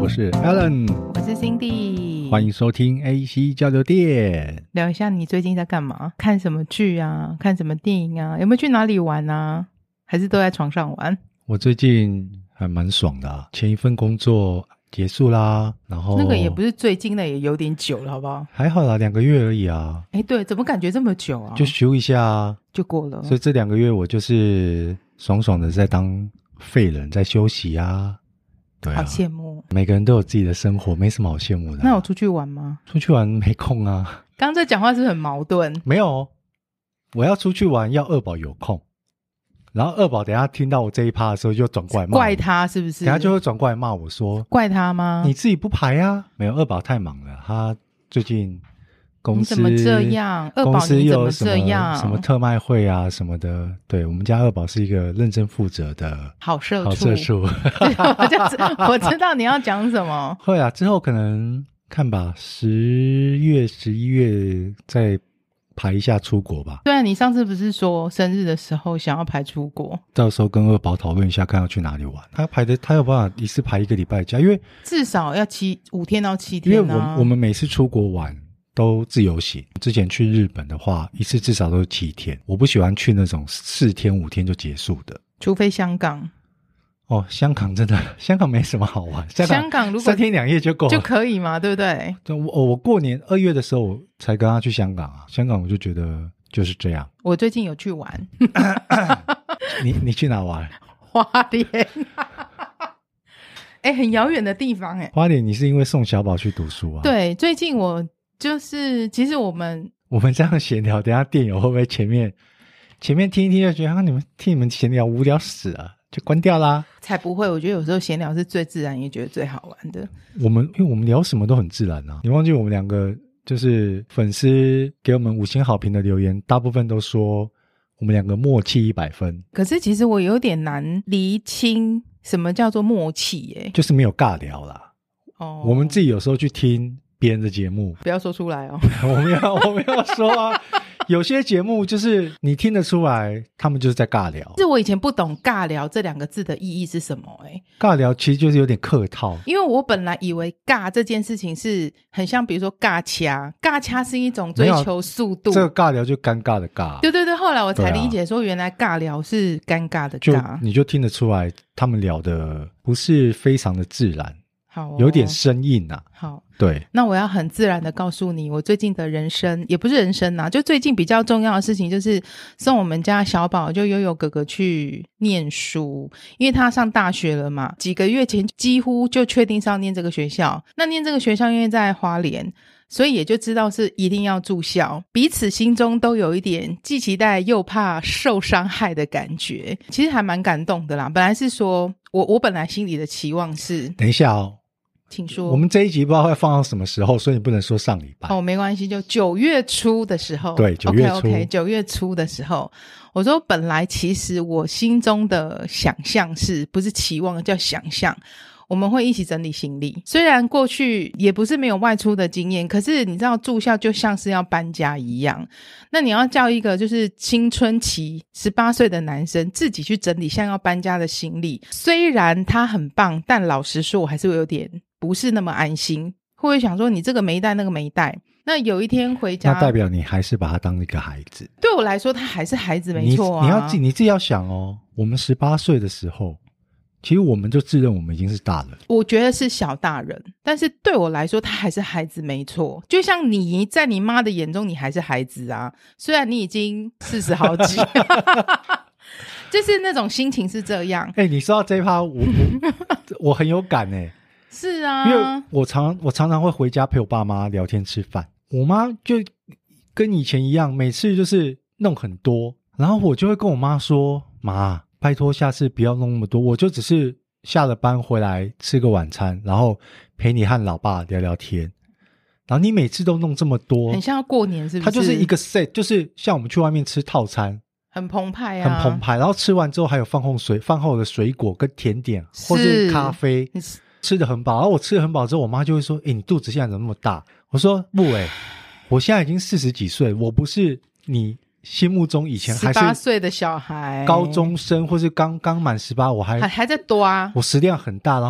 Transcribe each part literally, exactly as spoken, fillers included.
我是 Alan， 我是 Cindy， 欢迎收听 A C 交流电。 聊一下你最近在干嘛？看什么剧啊？看什么电影啊？有没有去哪里玩啊？还是都在床上玩？ 我最近还蛮爽的、啊，前一份工作结束啦，然后那个也不是最近的，也有点久了，好不好？ 还好啦，两个月而已啊。 哎，对，怎么感觉这么久啊？ 就休一下啊， 就过了。 所以这两个月我就是爽爽的在当废人，在休息啊。对啊， 好羡慕。 每个人都有自己的生活，没什么好羡慕的、啊。 那有出去玩吗？ 出去玩没空啊。 刚刚在讲话是不是很矛盾？ 没有，我要出去玩要二宝有空，然后二宝等一下听到我这一趴的时候就转过来骂我， 怪他是不是？ 等一下就会转过来骂我说怪他吗？ 你自己不排啊？没有，二宝太忙了，他最近公司你怎么这样？二宝公司你怎么又有什这样？ 什么特卖会啊什么的。对，我们家二宝是一个认真负责的好社畜。 好社畜。 我就知我知道你要讲什么。 会啊，之后可能看吧，十月十一月再排一下出国吧。 对啊，你上次不是说生日的时候想要排出国？ 到时候跟二宝讨论一下，看要去哪里玩。他排的，他有办法一次排一个礼拜假，因为至少要七五天到七天、啊、 因为我我们每次出国玩都自由行，之前去日本的话，一次至少都是七天。我不喜欢去那种四天五天就结束的， 除非香港。 哦，香港真的，香港没什么好玩。香港, 香港如果三天两夜就够了， 就可以嘛，对不对？ 我我过年二月的时候才跟他去香港啊，香港我就觉得就是这样。 我最近有去玩。 你你去哪玩？ 花莲。哎、欸，很遥远的地方哎、欸。 花莲，你是因为送小宝去读书啊？ 对，最近我就是其实我们我们这样闲聊，等一下电友会不会前面前面听一听就觉得啊，你们听你们闲聊无聊死了，就关掉啦？ 才不会，我觉得有时候闲聊是最自然，也觉得最好玩的。 我们因为我们聊什么都很自然啊，你忘记我们两个就是粉丝给我们五星好评的留言，大部分都说我们两个默契一百分。 可是其实我有点难厘清什么叫做默契耶、欸， 就是没有尬聊啦。 哦， 我们自己有时候去听别人的节目， 不要说出来哦。 我没有，我没有说啊。有些节目就是你听得出来，他们就是在尬聊。 是我以前不懂尬聊这两个字的意义是什么欸。 尬聊其实就是有点客套， 因为我本来以为尬这件事情是很像比如说尬掐，尬掐是一种追求速度， 这个尬聊就尴尬的尬。 对对对，后来我才理解说原来尬聊是尴尬的尬， 就你就听得出来他们聊的不是非常的自然， 好哦， 有点生硬啊。 好， 对， 那我要很自然的告诉你，我最近的人生也不是人生啊，就最近比较重要的事情就是送我们家小宝就悠悠哥哥去念书，因为他上大学了嘛，几个月前几乎就确定是要念这个学校。那念这个学校因为在花莲，所以也就知道是一定要住校，彼此心中都有一点既期待又怕受伤害的感觉，其实还蛮感动的啦。本来是说我我本来心里的期望是， 等一下哦， 请说。 我们这一集不知道会放到什么时候，所以你不能说上礼拜哦，没关系，就九月初的时候。 对，九月初 OK OK， 九月初的时候，我说本来其实我心中的想象是不是期望叫想象，我们会一起整理行李。虽然过去也不是没有外出的经验，可是你知道住校就像是要搬家一样，那你要叫一个就是青春期十八岁的男生自己去整理像要搬家的行李，虽然他很棒，但老实说我还是会有点不是那么安心，会不会想说你这个没带那个没带。那有一天回家， 那代表你还是把他当一个孩子。 对我来说他还是孩子没错啊。 你, 你要自己你自己要想哦，我们十八岁的时候其实我们就自认我们已经是大人， 我觉得是小大人，但是对我来说他还是孩子没错。就像你在你妈的眼中你还是孩子啊，虽然你已经四十好几就是那种心情是这样。 哎、欸，你说到这一趴我我, 我很有感哎、欸。 是啊， 因为我常我常常会回家陪我爸妈聊天吃饭，我妈就跟以前一样，每次就是弄很多，然后我就会跟我妈说，妈拜托下次不要弄那么多，我就只是下了班回来吃个晚餐，然后陪你和老爸聊聊天，然后你每次都弄这么多， 很像要过年是不是？ 它就是一个 set， 就是像我们去外面吃套餐很澎湃啊， 很澎湃，然后吃完之后还有饭后水饭后的水果跟甜点或是咖啡，吃得很饱。然后我吃得很饱之后，我妈就会说，诶，你肚子现在怎么那么大？我说不诶，我现在已经四十几岁，我不是你心目中以前还是十八岁的小孩， 高中生或是刚刚满十八，我还还还在多啊， 我食量很大，然后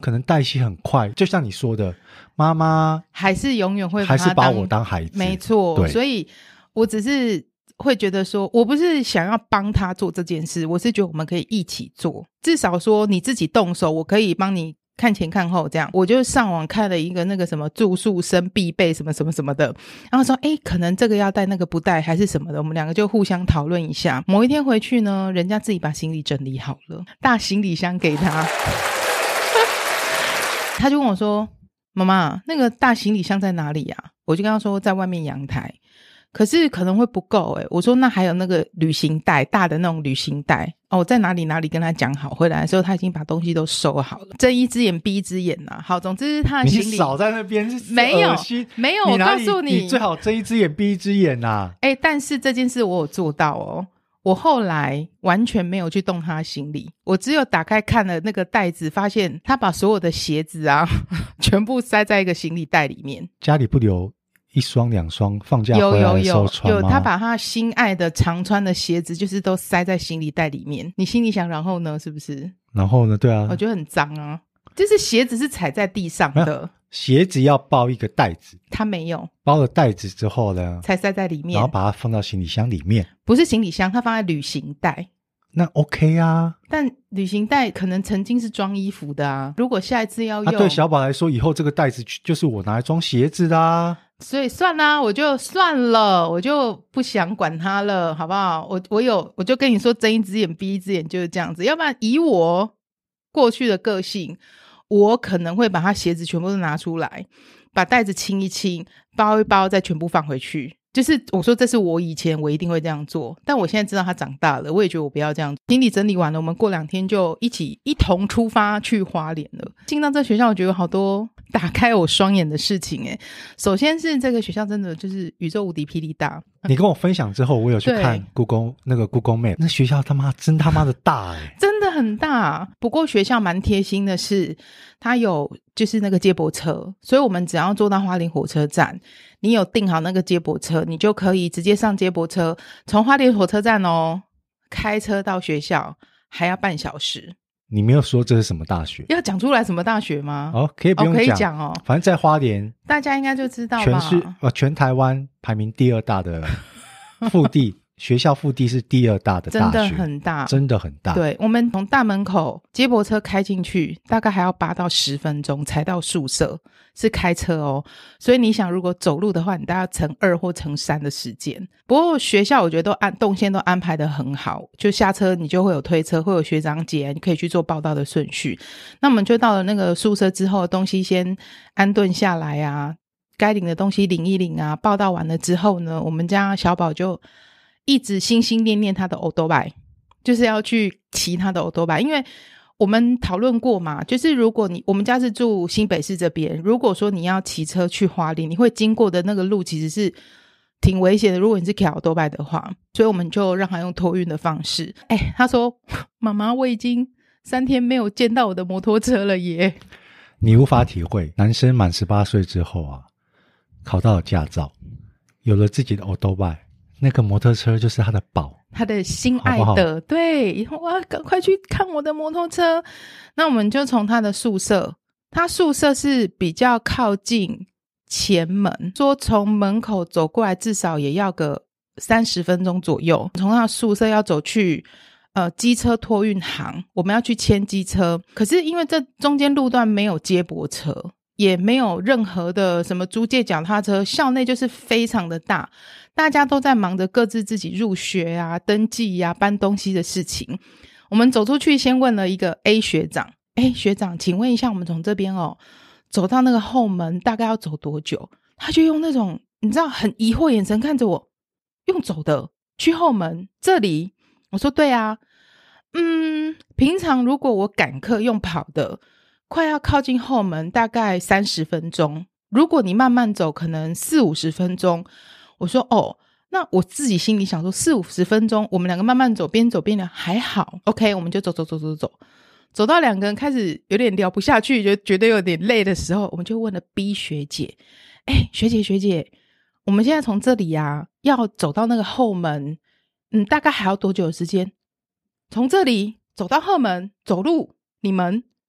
可能代谢很快，就像你说的，妈妈还是永远会把还他是把我当孩子， 没错。所以我只是会觉得说，我不是想要帮他做这件事，我是觉得我们可以一起做，至少说你自己动手，我可以帮你看前看后这样。我就上网看了一个那个什么住宿生必备什么什么什么的，然后说诶可能这个要带那个不带还是什么的，我们两个就互相讨论一下。某一天回去呢，人家自己把行李整理好了，大行李箱给他他就跟我说，妈妈那个大行李箱在哪里啊？我就跟他说在外面阳台，可是可能会不够诶、欸、我说那还有那个旅行袋，大的那种旅行袋哦，在哪里哪里跟他讲好，回来的时候他已经把东西都收好了。睁一只眼闭一只眼啊。好，总之他的行李你少在那边没有没有，我告诉你， 你最好睁一只眼闭一只眼啊。 诶、欸、但是这件事我有做到哦。我后来完全没有去动他的行李，我只有打开看了那个袋子，发现他把所有的鞋子啊全部塞在一个行李袋里面。 家里不留一双两双放假回来的时候穿吗？ 有有有有，他把他心爱的常穿的鞋子就是都塞在行李袋里面。你心里想然后呢？是不是？ 然后呢？对啊， 我觉得很脏啊，就是鞋子是踩在地上的， 鞋子要包一个袋子， 他没有包了袋子之后呢才塞在里面， 然后把它放到行李箱里面。 不是行李箱，他放在旅行袋。 那 OK 啊， 但旅行袋可能曾经是装衣服的啊，如果下一次要用、 啊、对小宝来说，以后这个袋子就是我拿来装鞋子的啊， 所以算啦，我就算了，我就不想管他了，好不好？我我有，我就跟你说，睁一只眼闭一只眼就是这样子。要不然以我过去的个性，我可能会把他鞋子全部都拿出来，把袋子清一清，包一包，再全部放回去。就是我说这是我以前我一定会这样做，但我现在知道他长大了，我也觉得我不要这样。行李整理完了，我们过两天就一起一同出发去花莲了。进到这学校，我觉得有好多打开我双眼的事情诶。首先是这个学校真的就是宇宙无敌霹雳大。 你跟我分享之后，我有去看 Google 那个 Google Map， 那学校他妈真他妈的大诶， 真的很大。不过学校蛮贴心的是，它有就是那个接驳车，所以我们只要坐到花莲火车站，你有订好那个接驳车，你就可以直接上接驳车，从花莲火车站哦开车到学校还要半小时。 你没有说这是什么大学？ 要讲出来什么大学吗？ 哦，可以不用讲、 哦、可以讲哦， 反正在花莲大家应该就知道吧， 全是、呃、全台湾排名第二大的腹地学校腹地是第二大的大学， 真的很大， 真的很大。 对，我们从大门口接驳车开进去大概还要八到十分钟才到宿舍，是开车哦。所以你想如果走路的话，你大概乘二或乘三的时间。不过学校我觉得都安动线都安排得很好，就下车你就会有推车，会有学长姐，你可以去做报到的顺序。那我们就到了那个宿舍之后，东西先安顿下来啊，该领的东西领一领啊。报到完了之后呢，我们家小宝就一直心心念念他的欧多拜，就是要去骑他的欧多拜。因为我们讨论过嘛，就是如果你我们家是住新北市这边，如果说你要骑车去花莲，你会经过的那个路其实是挺危险的，如果你是骑欧多拜的话，所以我们就让他用托运的方式。哎，他说妈妈我已经三天没有见到我的摩托车了耶。 你无法体会男生满十八岁之后啊，考到了驾照，有了自己的欧多拜，那个摩托车就是他的宝， 他的心爱的，好不好？对，以后我要赶快去看我的摩托车。那我们就从他的宿舍，他宿舍是比较靠近前门，说从门口走过来至少也要个三十分钟左右。从他的宿舍要走去呃机车托运行，我们要去牵机车，可是因为这中间路段没有接驳车，也没有任何的什么租借脚踏车，校内就是非常的大，大家都在忙着各自自己入学啊、登记啊、搬东西的事情。我们走出去先问了一个 A 学长，诶学长请问一下，我们从这边哦走到那个后门大概要走多久？他就用那种你知道很疑惑眼神看着我，用走的去后门这里？我说对啊。嗯，平常如果我赶课用跑的，快要靠近后门大概三十分钟，如果你慢慢走可能四五十分钟。我说哦，那我自己心里想说四五十分钟我们两个慢慢走，边走边聊还好 OK， 我们就走走走走走走到两个人开始有点聊不下去，就觉得有点累的时候，我们就问了 B 学姐，诶学姐学姐，我们现在从这里啊要走到那个后门，嗯，大概还要多久的时间？从这里走到后门走路，你们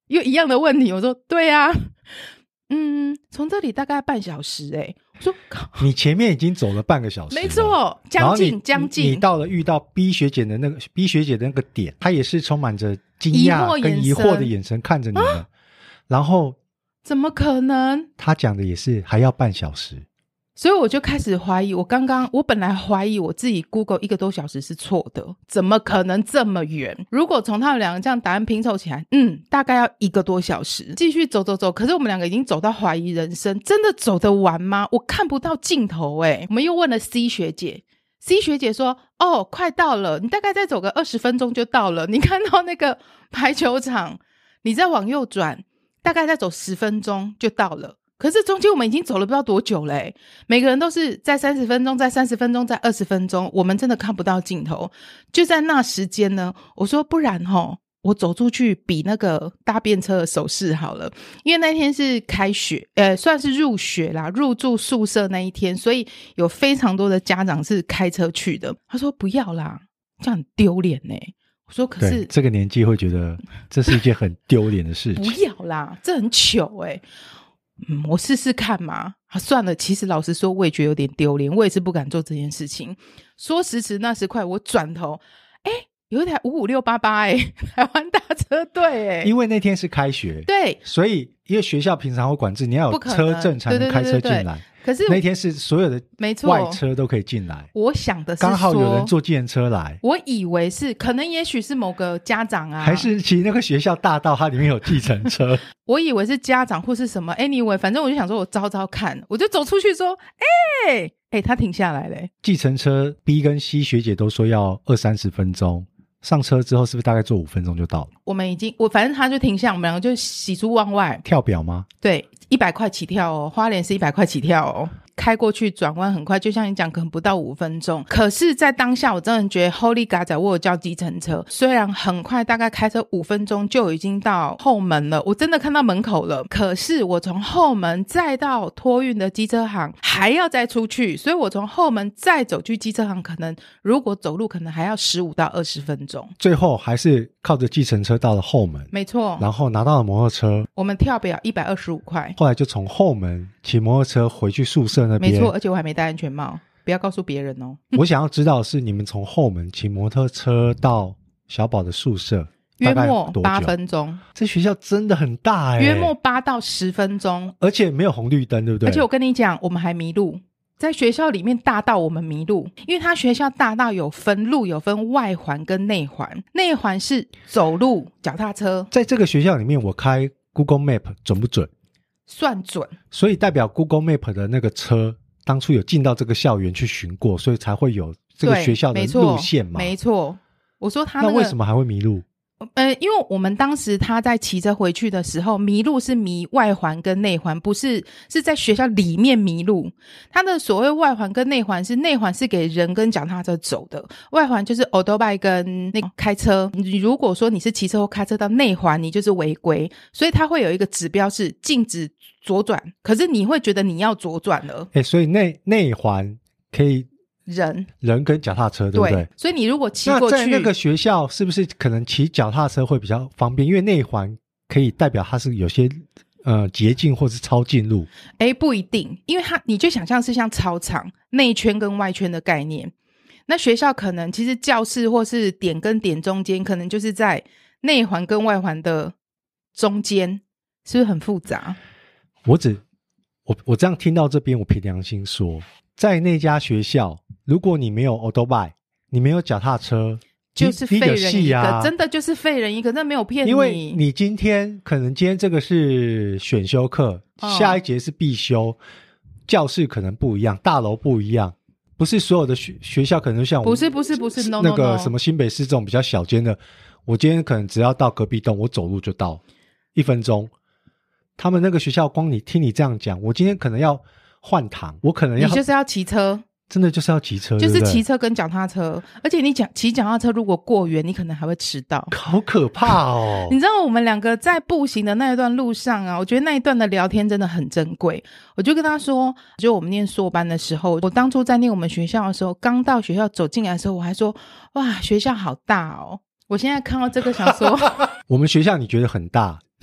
又一样的问题，我说对啊，嗯，从这里大概半小时诶、欸、我说你前面已经走了半个小时了， 没错，将近将近。 你到了遇到 B 学姐的那个 B 学姐的那个点，她也是充满着惊讶跟疑惑的眼神看着你们、啊、然后怎么可能？ 她讲的也是还要半小时。 所以我就开始怀疑，我刚刚我本来怀疑我自己 Google 一个多小时是错的，怎么可能这么远？如果从他们两个这样答案拼凑起来，嗯，大概要一个多小时。继续走走走，可是我们两个已经走到怀疑人生，真的走得完吗？我看不到尽头诶。我们又问了 C 学姐， C 学姐说哦，快到了，你大概再走个二十分钟就到了，你看到那个排球场，你再往右转，大概再走十分钟就到了。可是中间我们已经走了不知道多久了、欸、每个人都是在三十分钟在三十分钟在二十分钟，我们真的看不到尽头。就在那时间呢，我说不然齁，我走出去比那个搭便车的手势好了，因为那天是开学呃，算是入学啦，入住宿舍那一天，所以有非常多的家长是开车去的。他说不要啦，这样很丢脸欸。我说可是这个年纪会觉得这是一件很丢脸的事情。 不要啦，这很糗欸。嗯，我试试看嘛、啊、算了，其实老实说我也觉得有点丢脸，我也是不敢做这件事情。说时迟那时快，我转头诶有一台五五六八八诶台湾大车队诶因为那天是开学， 对， 所以因为学校平常会管制，你要有车证才能开车进来。可是那天是所有的外车都可以进来， 我想的是说刚好有人坐计程车来， 我以为是可能也许是某个家长啊， 还是其实那个学校大道它里面有计程车我以为是家长或是什么 anyway 反正我就想说我招招看，我就走出去说哎、欸欸、他停下来了、欸、 计程车 B 跟 C 学姐都说要二三十分钟，上车之后是不是大概坐五分钟就到了？ 我们已经我反正他就停下，我们两个就喜出望外。 跳表吗？ 对，一百块起跳哦，花莲是一百块起跳哦，开过去转弯很快，就像你讲可能不到五分钟。可是在当下我真的觉得 Holy God 仔，我有叫计程车，虽然很快大概开车五分钟就已经到后门了，我真的看到门口了，可是我从后门再到托运的机车行还要再出去，所以我从后门再走去机车行，可能如果走路可能还要十五到二十分钟， 最后还是靠着计程车到了后门。 没错， 然后拿到了摩托车， 我们跳表一百二十五块， 后来就从后门骑摩托车回去宿舍那边。 没错，而且我还没戴安全帽，不要告诉别人哦。 我想要知道的是你们从后门骑摩托车到小宝的宿舍约莫八分钟， 这学校真的很大欸， 约莫八到十分钟， 而且没有红绿灯，对不对？ 而且我跟你讲，我们还迷路，在学校里面大到我们迷路，因为他学校大到有分路，有分外环跟内环，内环是走路脚踏车。 在这个学校里面我开 Google Map 准不准？ 算准， 所以代表 Google Map 的那个车当初有进到这个校园去巡过，所以才会有这个学校的路线嘛。 没错，我说他、那个、 那为什么还会迷路？ 呃，因为我们当时他在骑车回去的时候，迷路是迷外环跟内环，不是是在学校里面迷路。他的所谓外环跟内环是内环是给人跟脚踏车走的，外环就是 autobike 跟那个开车。你如果说你是骑车或开车到内环，你就是违规，所以它会有一个指标是禁止左转，可是你会觉得你要左转了。 欸，所以内内环可以人人跟脚踏车，对不对？对， 所以你如果骑过去， 那在那个学校是不是可能骑脚踏车会比较方便？因为内环可以代表它是有些呃捷径或是超近路。 诶，不一定，因为它你就想象是像操场内圈跟外圈的概念。那学校可能其实教室或是点跟点中间，可能就是在内环跟外环的中间，是不是很复杂？ 我只我我这样听到这边，我凭良心说，在那家学校，如果你没有 autobike， 你没有脚踏车， 就是废人一个、 啊、 真的就是废人一个，那没有骗你。 因为你今天可能今天这个是选修课、哦、下一节是必修，教室可能不一样，大楼不一样，不是所有的 学, 学校可能像我不是不是不是 no, no, no 那个什么新北市这种比较小间的，我今天可能只要到隔壁栋，我走路就到一分钟。他们那个学校光你听你这样讲，我今天可能要换堂，我可能要你就是要骑车， 真的就是要骑车， 就是骑车跟脚踏车，而且你讲骑脚踏车如果过远，你可能还会迟到， 好可怕哦！ 你知道我们两个在步行的那一段路上啊，我觉得那一段的聊天真的很珍贵。我就跟他说，就我们念硕班的时候，我当初在念我们学校的时候，刚到学校走进来的时候，我还说哇，学校好大哦。我现在看到这个想说我们学校你觉得很大，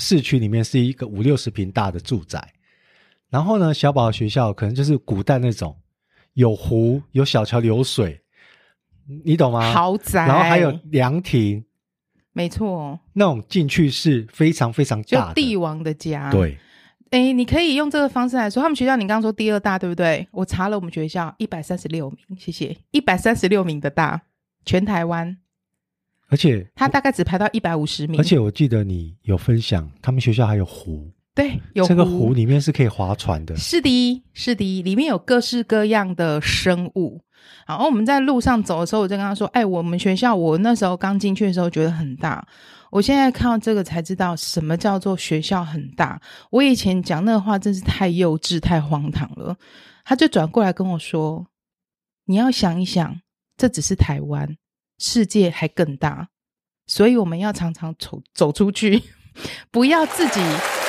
市区里面是一个五六十平大的住宅，然后呢小宝的学校可能就是古代那种有湖有小桥流水，你懂吗？ 豪宅， 然后还有凉亭， 没错， 那种进去是非常非常大的， 就帝王的家。 对， 诶，你可以用这个方式来说，他们学校你刚刚说第二大对不对？我查了我们学校一百三十六名，谢谢，一百三十六名的大，全台湾， 而且他大概只排到一百五十名。 而且我记得你有分享他们学校还有湖， 对，有湖， 这个湖里面是可以划船的。 是的，是的，里面有各式各样的生物。然后我们在路上走的时候，我就跟他说，哎，我们学校我那时候刚进去的时候觉得很大，我现在看到这个才知道什么叫做学校很大。我以前讲那个话真是太幼稚太荒唐了。他就转过来跟我说，你要想一想，这只是台湾，世界还更大，所以我们要常常走走出去，不要自己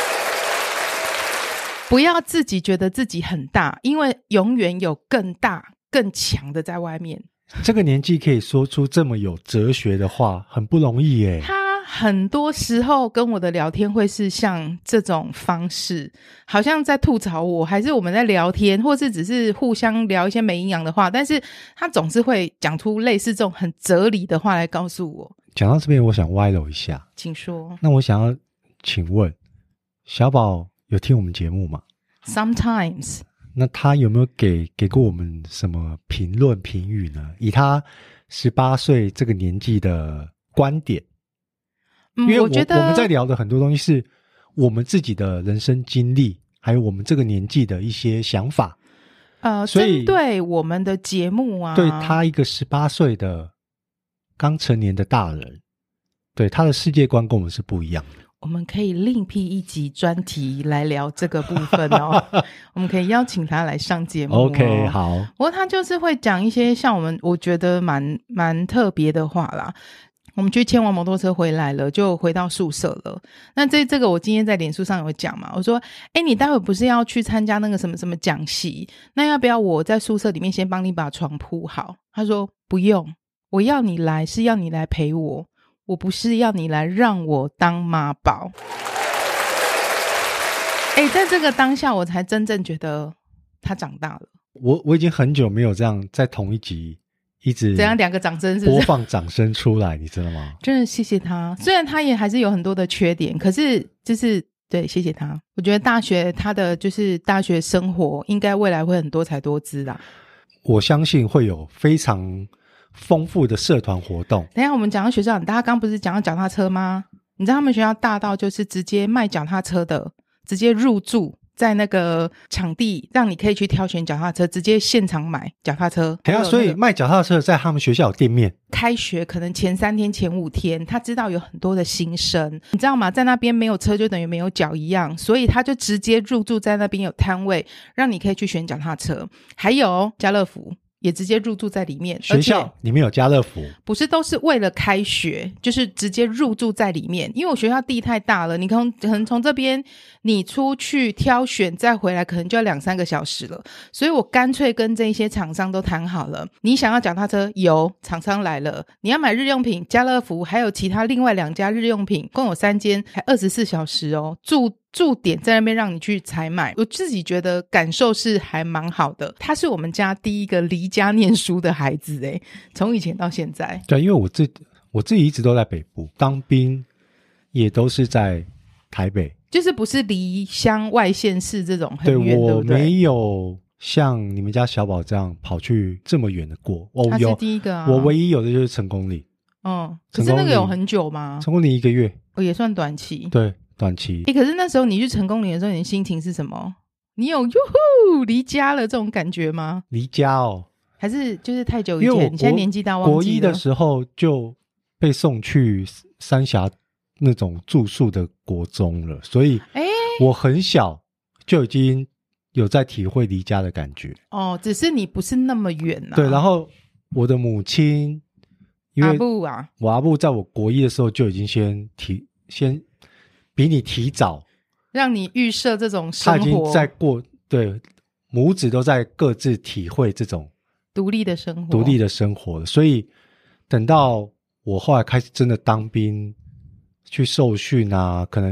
不要自己觉得自己很大，因为永远有更大更强的在外面。 这个年纪可以说出这么有哲学的话很不容易耶。 他很多时候跟我的聊天会是像这种方式，好像在吐槽我，还是我们在聊天，或是只是互相聊一些没营养的话，但是他总是会讲出类似这种很哲理的话来告诉我。 讲到这边我想歪楼一下， 请说。 那我想要请问小宝有听我们节目吗？ Sometimes。 那他有没有给给过我们什么评论评语呢？以他十八岁这个年纪的观点， 嗯、 因为 我, 我觉得我们在聊的很多东西是我们自己的人生经历，还有我们这个年纪的一些想法。 呃，针对我们的节目啊， 对他一个十八岁的刚成年的大人，对他的世界观跟我们是不一样的。 我们可以另辟一集专题来聊这个部分哦。我们可以邀请他来上节目、哦、 OK 好。 不过他就是会讲一些像我们我觉得蛮蛮特别的话啦。我们去牵完摩托车回来了，就回到宿舍了。那这这个我今天在脸书上有讲嘛，我说诶你待会不是要去参加那个什么什么讲习，那要不要我在宿舍里面先帮你把床铺好？他说不用，我要你来是要你来陪我，我不是要你来让我当妈宝。诶在这个当下我才真正觉得他长大了。 我我已经很久没有这样在同一集一直怎样两个掌声是不是播放掌声出来你知道吗？ 真的谢谢他，虽然他也还是有很多的缺点，可是就是对谢谢他。我觉得大学他的就是大学生活应该未来会很多彩多姿啦。 我相信会有非常丰富的社团活动。 等一下我们讲到学校，大家刚不是讲到脚踏车吗？你知道他们学校大到就是直接卖脚踏车的直接入驻在那个场地，让你可以去挑选脚踏车，直接现场买脚踏车。 等一下，所以卖脚踏车在他们学校有店面。 开学可能前三天前五天他知道有很多的新生，你知道吗？在那边没有车就等于没有脚一样，所以他就直接入驻在那边有摊位，让你可以去选脚踏车。还有家乐福也直接入驻在里面， 学校里面有家乐福， 不是都是为了开学，就是直接入驻在里面。因为我学校地太大了，你可能可能从这边你出去挑选再回来可能就要两三个小时了，所以我干脆跟这些厂商都谈好了，你想要脚踏车有厂商来了，你要买日用品家乐福还有其他另外两家日用品共有三间，还二十四小时哦，住驻点在那边让你去采买。我自己觉得感受是还蛮好的。他是我们家第一个离家念书的孩子诶，从以前到现在。 对，因为我自我自己一直都在北部当兵，也都是在台北， 就是不是离乡外县市这种很远， 对， 对不对？ 我没有像你们家小宝这样跑去这么远的过。我他是有第一个啊， 我唯一有的就是成功里。 嗯，可是那个有很久吗？ 成功里一个月， 哦，也算短期。 对，短期。 诶，可是那时候你去成功岭的时候，你的心情是什么？你有哟呼离家了这种感觉吗？ 离家哦， 还是就是太久以前， 因为我你现在年纪大忘记了。 国一的时候就被送去三峡那种住宿的国中了，所以我很小就已经有在体会离家的感觉。 哦，只是你不是那么远啊。 对，然后我的母亲，因为阿布啊， 我阿布在我国一的时候就已经先提先比你提早， 让你预设这种生活， 他已经在过，对，母子都在各自体会这种独立的生活， 独立的生活了。所以等到我后来开始真的当兵去受训啊，可能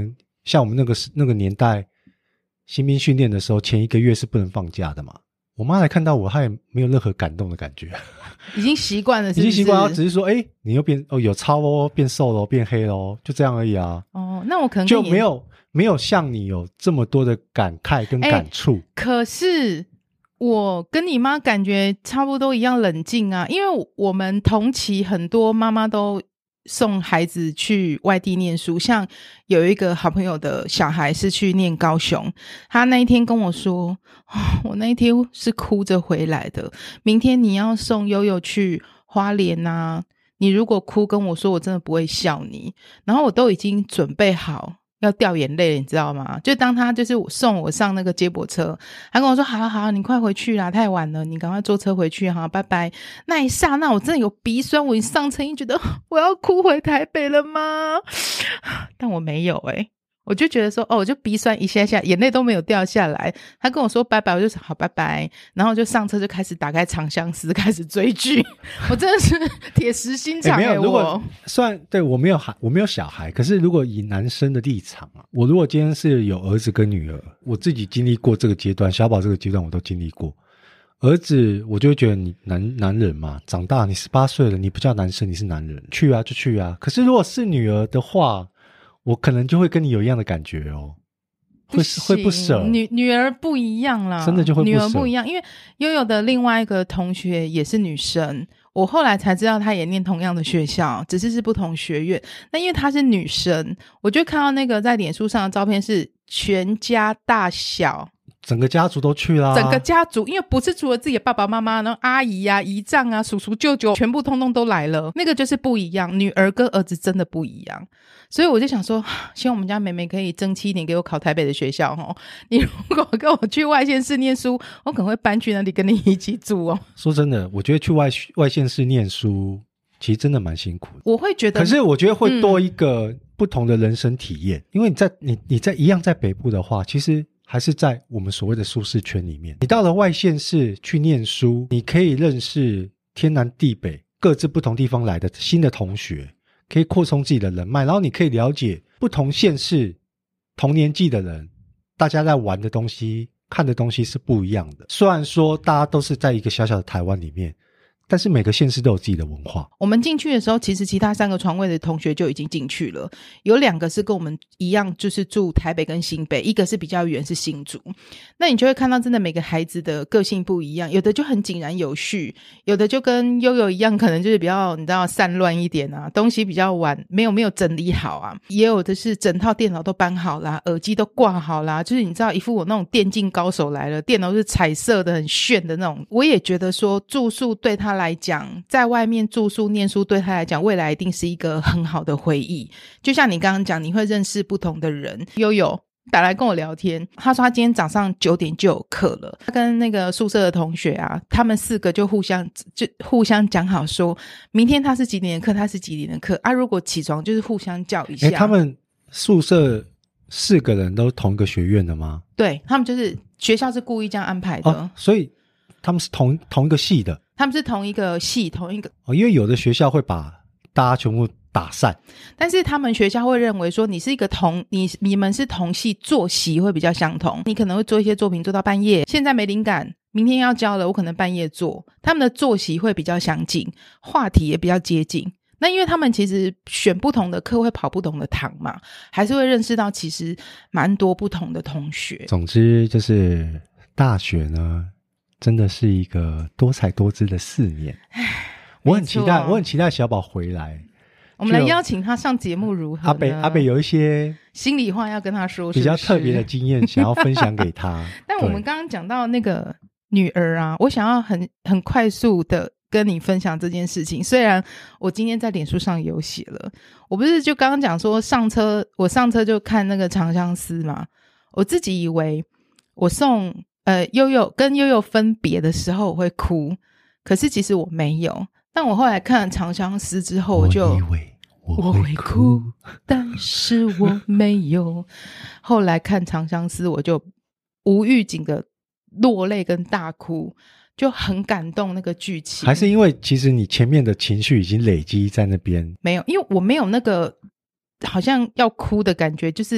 像我们那个那个年代新兵训练的时候，前一个月是不能放假的嘛。我妈来看到我，她也没有任何感动的感觉， 已经习惯了是不是， 已经习惯了，只是说，哎、欸，你又变哦，有超哦，变瘦了，变黑了，就这样而已啊。 哦，那我可能就没有没有像你有这么多的感慨跟感触。欸、 可是我跟你妈感觉差不多一样冷静啊，因为我们同期很多妈妈都送孩子去外地念书，像有一个好朋友的小孩是去念高雄，他那一天跟我说、哦、我那一天是哭着回来的，明天你要送悠悠去花莲啊，你如果哭跟我说我真的不会笑你，然后我都已经准备好要掉眼泪了你知道吗，就当他就是送我上那个接驳车，他跟我说好好你快回去啦，太晚了，你赶快坐车回去哈，拜拜。那一刹那我真的有鼻酸，我一上车一觉得我要哭回台北了吗？但我没有诶、欸我就觉得说哦，我就鼻酸一下下，眼泪都没有掉下来。他跟我说拜拜，我就说好拜拜，然后就上车就开始打开长相思开始追剧。我真的是铁石心肠、欸欸、 没有，如果虽然对我没有孩我没有小孩，可是如果以男生的立场啊，我如果今天是有儿子跟女儿，我自己经历过这个阶段，小宝这个阶段我都经历过。儿子我就会觉得你男男人嘛，长大你十八岁了，你不叫男生你是男人，去啊就去啊。可是如果是女儿的话，我可能就会跟你有一样的感觉哦，会会不舍。 女女儿不一样啦， 真的就会不舍。 女儿不一样，因为悠悠的另外一个同学也是女生，我后来才知道她也念同样的学校，只是是不同学院。那因为她是女生，我就看到那个在脸书上的照片是全家大小。 整个家族都去啦， 整个家族，因为不是除了自己的爸爸妈妈，然后阿姨啊、姨丈啊、叔叔、舅舅，全部通通都来了。那个就是不一样，女儿跟儿子真的不一样。所以我就想说，希望我们家妹妹可以争气一点，给我考台北的学校齁。你如果跟我去外县市念书，我可能会搬去那里跟你一起住哦。 说真的，我觉得去外外县市念书，其实真的蛮辛苦的。 我会觉得， 可是我觉得会多一个不同的人生体验，嗯、因为你在你你在一样在北部的话，其实。还是在我们所谓的舒适圈里面，你到了外县市去念书，你可以认识天南地北各自不同地方来的新的同学，可以扩充自己的人脉，然后你可以了解不同县市同年纪的人，大家在玩的东西看的东西是不一样的。虽然说大家都是在一个小小的台湾里面，但是每个县市都有自己的文化。 我们进去的时候，其实其他三个床位的同学就已经进去了，有两个是跟我们一样，就是住台北跟新北，一个是比较远是新竹。那你就会看到真的每个孩子的个性不一样，有的就很井然有序，有的就跟悠悠一样，可能就是比较你知道散乱一点啊，东西比较晚，没有没有整理好啊，也有的是整套电脑都搬好啦，耳机都挂好啦，就是你知道一副我那种电竞高手来了，电脑是彩色的很炫的那种。我也觉得说住宿对他来讲，在外面住宿念书对他来讲未来一定是一个很好的回忆。就像你刚刚讲，你会认识不同的人。悠悠打来跟我聊天，他说他今天早上九点就有课了，他跟那个宿舍的同学啊，他们四个就互相就互相讲好说明天他是几点的课，他是几点的课啊，如果起床就是互相叫一下。 诶，他们宿舍四个人都同一个学院的吗？ 对，他们就是学校是故意这样安排的。 哦，所以他们是同同一个系的。 他们是同一个系同一个哦，因为有的学校会把大家全部打散， 但是他们学校会认为说你是一个同你你们是同系，作息会比较相同，你可能会做一些作品做到半夜，现在没灵感明天要交了，我可能半夜做，他们的作息会比较相近，话题也比较接近。那因为他们其实选不同的课会跑不同的堂嘛，还是会认识到其实蛮多不同的同学。 总之就是大学呢真的是一个多彩多姿的四年，我很期待，我很期待小宝回来。 我们来邀请他上节目如何呢？ 阿北阿北有一些心里话要跟他说， 比较特别的经验想要分享给他。 但我们刚刚讲到那个女儿啊，我想要很很快速的跟你分享这件事情。虽然我今天在脸书上有写了，我不是就刚刚讲说上车，我上车就看那个长相思嘛，我自己以为我送呃悠悠跟悠悠分别的时候我会哭，可是其实我没有。但我后来看了长相思之后，我就我以为我会哭， 但是我没有。后来看长相思，我就无预警的落泪跟大哭，就很感动那个剧情。 还是因为其实你前面的情绪已经累积在那边？ 没有，因为我没有那个好像要哭的感觉，就是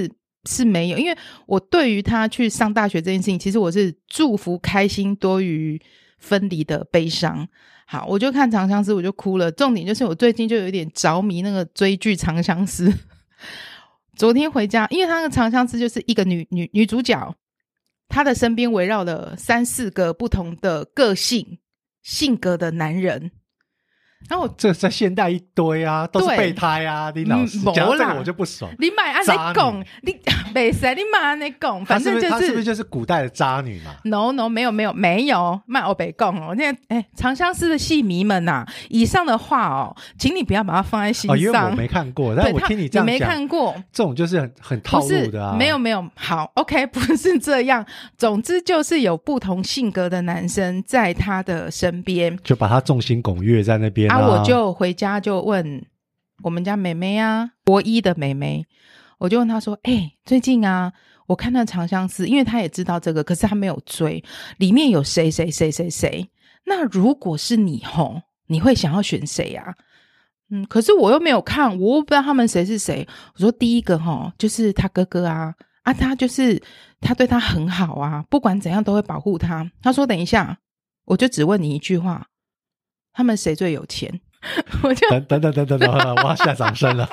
是没有，因为我对于他去上大学这件事情，其实我是祝福开心多于分离的悲伤。好，我就看长相思我就哭了，重点就是我最近就有一点着迷那个追剧长相思。昨天回家，因为他那个长相思就是一个女女女主角，她的身边围绕了三四个不同的个性性格的男人，然后这在现代一堆啊，都是备胎啊。你老师讲到这个我就不爽。 你买按你讲，你没事，你买按你讲，反正就是他是不是就是古代的渣女嘛 ？No No， 没有没有没有，卖我北讲哦。那哎，长相思的戏迷们呐、啊，以上的话哦，请你不要把它放在心上。哦， 因为我没看过，但我听你这样讲， 你没看过， 这种就是很很套路的啊。 没有没有，好 ，OK， 不是这样。总之就是有不同性格的男生在他的身边， 就把他众星拱月在那边啊。 啊我就回家就问我们家妹妹啊，国一的妹妹，我就问她说：“哎、欸，最近啊，我看那长相思，因为她也知道这个，可是她没有追，里面有谁谁谁谁谁。那如果是你吼，你会想要选谁啊？”嗯，可是我又没有看，我又不知道他们谁是谁。我说第一个吼就是他哥哥啊，啊，他就是他对他很好啊，不管怎样都会保护他。他说：“等一下，我就只问你一句话。”他们谁最有钱？我就等等等等等等，我要下掌声了。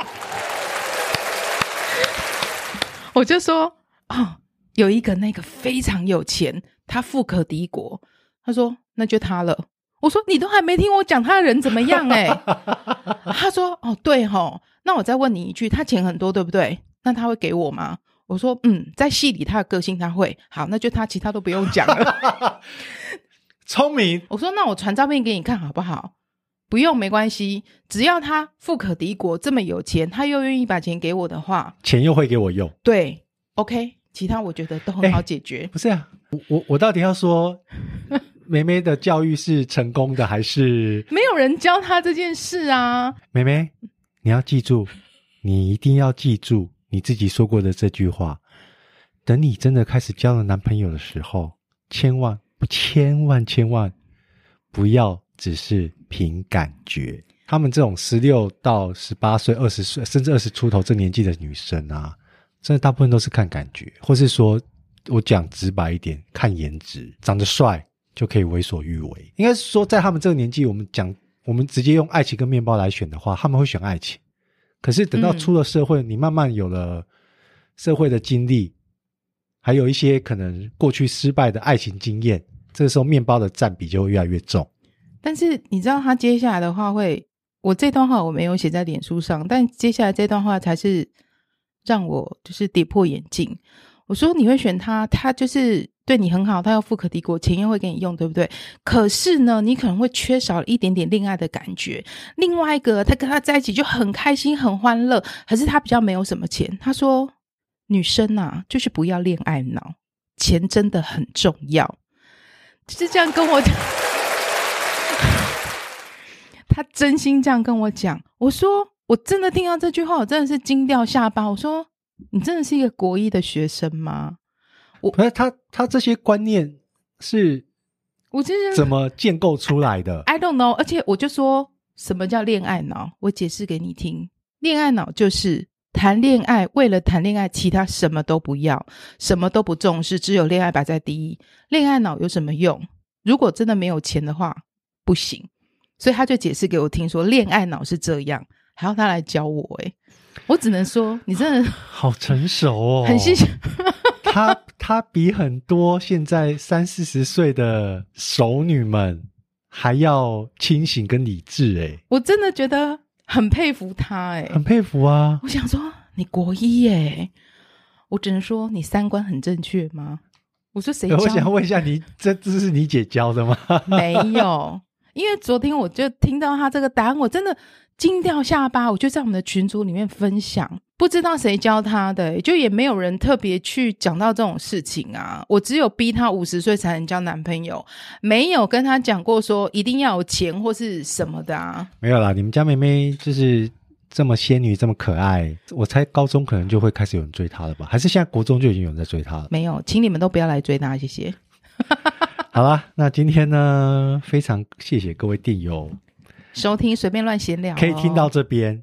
我就说哦，有一个那个非常有钱，他富可敌国。他说那就他了。我说你都还没听我讲他的人怎么样哎、欸？他说哦对齁，那我再问你一句，他钱很多对不对？那他会给我吗？我说嗯，在戏里他的个性他会。好，那就他，其他都不用讲了。 聪明。 我说那我传照片给你看好不好？不用，没关系，只要他富可敌国，这么有钱，他又愿意把钱给我的话， 钱又会给我用， 对 OK， 其他我觉得都很好解决、欸、 不是啊，我我我到底要说妹妹的教育是成功的还是没有人教她这件事啊？ 妹妹你要记住，你一定要记住你自己说过的这句话，等你真的开始交了男朋友的时候，千万千万千万不要只是凭感觉。他们这种十六到十八岁二十岁甚至二十出头这年纪的女生啊，真的大部分都是看感觉，或是说我讲直白一点，看颜值，长得帅就可以为所欲为。应该是说在他们这个年纪，我们讲我们直接用爱情跟面包来选的话，他们会选爱情。可是等到出了社会、嗯、你慢慢有了社会的经历，还有一些可能过去失败的爱情经验，这个时候面包的占比就会越来越重。 但是你知道他接下来的话会，我这段话我没有写在脸书上，但接下来这段话才是让我就是跌破眼镜。我说你会选他，他就是对你很好，他又富可敌国，钱又会给你用，对不对？可是呢，你可能会缺少一点点恋爱的感觉。另外一个，他跟他在一起就很开心很欢乐，可是他比较没有什么钱。他说女生啊，就是不要恋爱脑，钱真的很重要，就是这样跟我讲。他真心这样跟我讲，我说我真的听到这句话，我真的是惊掉下巴。我说你真的是一个国一的学生吗？我可是他他这些观念是我就是怎么建构出来的 I don't know。 而且我就说什么叫恋爱脑，我解释给你听。恋爱脑就是谈恋爱，为了谈恋爱其他什么都不要，什么都不重视，只有恋爱摆在第一。恋爱脑有什么用？如果真的没有钱的话不行。所以他就解释给我听说恋爱脑是这样，还要他来教我。欸我只能说你真的好成熟哦， 很谢谢他他比很多现在三四十岁的熟女们还要清醒跟理智。欸我真的觉得很佩服他。欸很佩服啊。 我想说你国一耶，我只能说你三观很正确吗？我说谁教？ 我想问一下你，这这是你姐教的吗？ 没有，因为昨天我就听到他这个答案，我真的惊掉下巴。我就在我们的群组里面分享，不知道谁教他的，就也没有人特别去讲到这种事情啊。我只有逼他五十岁才能交男朋友，没有跟他讲过说一定要有钱或是什么的啊。没有啦，你们家妹妹就是这么仙女这么可爱，我猜高中可能就会开始有人追她了吧？还是现在国中就已经有人在追她了？ 没有，请你们都不要来追她，谢谢。 好啦，那今天呢，非常谢谢各位电友收听随便乱闲聊、哦， 可以听到这边，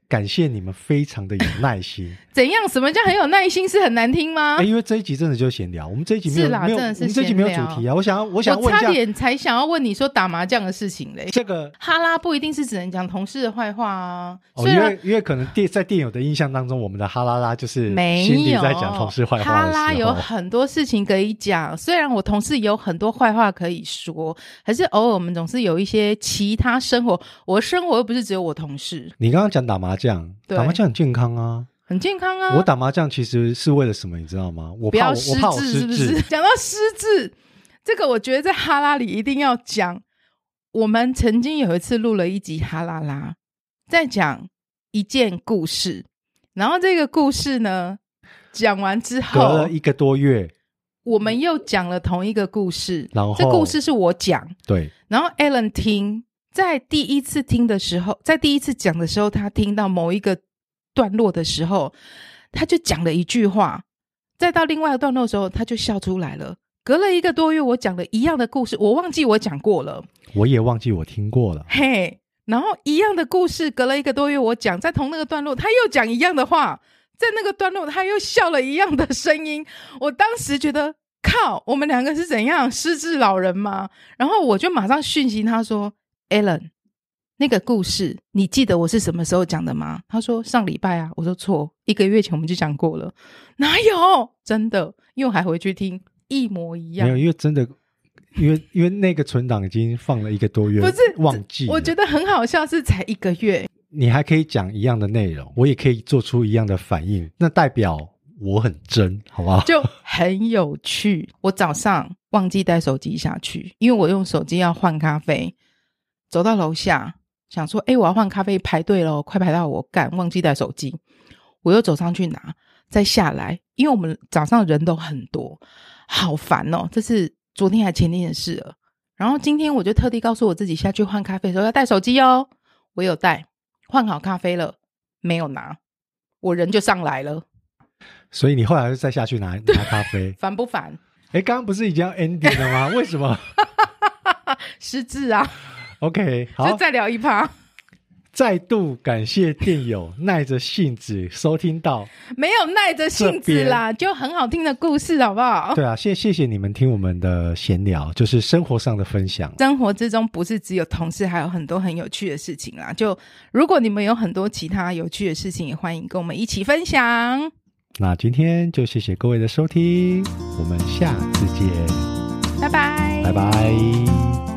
感谢你们非常的有耐心。 怎样？什么叫很有耐心？是很难听吗？ 欸、因为这一集真的就闲聊，我们这一集没有是啦没有真的是我们这一集没有主题啊。我想要我想要问一下， 我差点才想要问你说打麻将的事情嘞。 这个哈拉不一定是只能讲同事的坏话啊， 哦、因为因为可能电在电友的印象当中，我们的哈拉拉就是心里在讲同事坏话的时候。 哈拉有很多事情可以讲，虽然我同事有很多坏话可以说，可是偶尔我们总是有一些其他生活，我的生活又不是只有我同事。 你刚刚讲打麻将，打麻将很健康啊， 很健康啊。 我打麻将其实是为了什么，你知道吗？我怕我不要失我怕我智， 失是不是？讲到失智，这个我觉得在哈拉里一定要讲。我们曾经有一次录了一集哈拉拉，在讲一件故事，然后这个故事呢讲完之后， 隔了一个多月， 我们又讲了同一个故事， 然后这故事是我讲， 对， 然后 Alan 听，在第一次听的时候，在第一次讲的时候，他听到某一个段落的时候，他就讲了一句话，再到另外一个段落的时候，他就笑出来了。隔了一个多月，我讲了一样的故事，我忘记我讲过了， 我也忘记我听过了， 嘿，然后一样的故事，隔了一个多月我讲，在同那个段落，他又讲一样的话，在那个段落他又笑了一样的声音，我当时觉得靠，我们两个是怎样失智老人吗？然后我就马上讯息他说 Alan， 那个故事你记得我是什么时候讲的吗？他说上礼拜啊。我说错，一个月前我们就讲过了。哪有？真的，因为我还回去听，一模一样。 没有，因为真的因为因为那个存档已经放了一个多月， 不是忘记了。 我觉得很好笑，是才一个月你还可以讲一样的内容，我也可以做出一样的反应，那代表我很真，好不好？ 就很有趣。我早上忘记带手机下去，因为我用手机要换咖啡，走到楼下想说诶我要换咖啡，排队了，快排到我，干忘记带手机，我又走上去拿，再下来，因为我们早上人都很多，好烦哦，这是昨天还前天的事了。然后今天我就特地告诉我自己下去换咖啡的时候要带手机哦，我有带，换好咖啡了，没有拿，我人就上来了。 所以你后来就再下去拿拿咖啡， 烦不烦？ 诶刚刚不是已经要 ending 了吗？为什么？ 失智啊。 OK， 好， 就再聊一趴。 再度感谢电友耐着性子收听到， 没有耐着性子啦，就很好听的故事，好不好？ 对啊，谢谢谢你们听我们的闲聊，就是生活上的分享。 生活之中不是只有同事，还有很多很有趣的事情啦。就如果你们有很多其他有趣的事情，也欢迎跟我们一起分享。 那今天就谢谢各位的收听，我们下次见， 拜拜， 拜拜。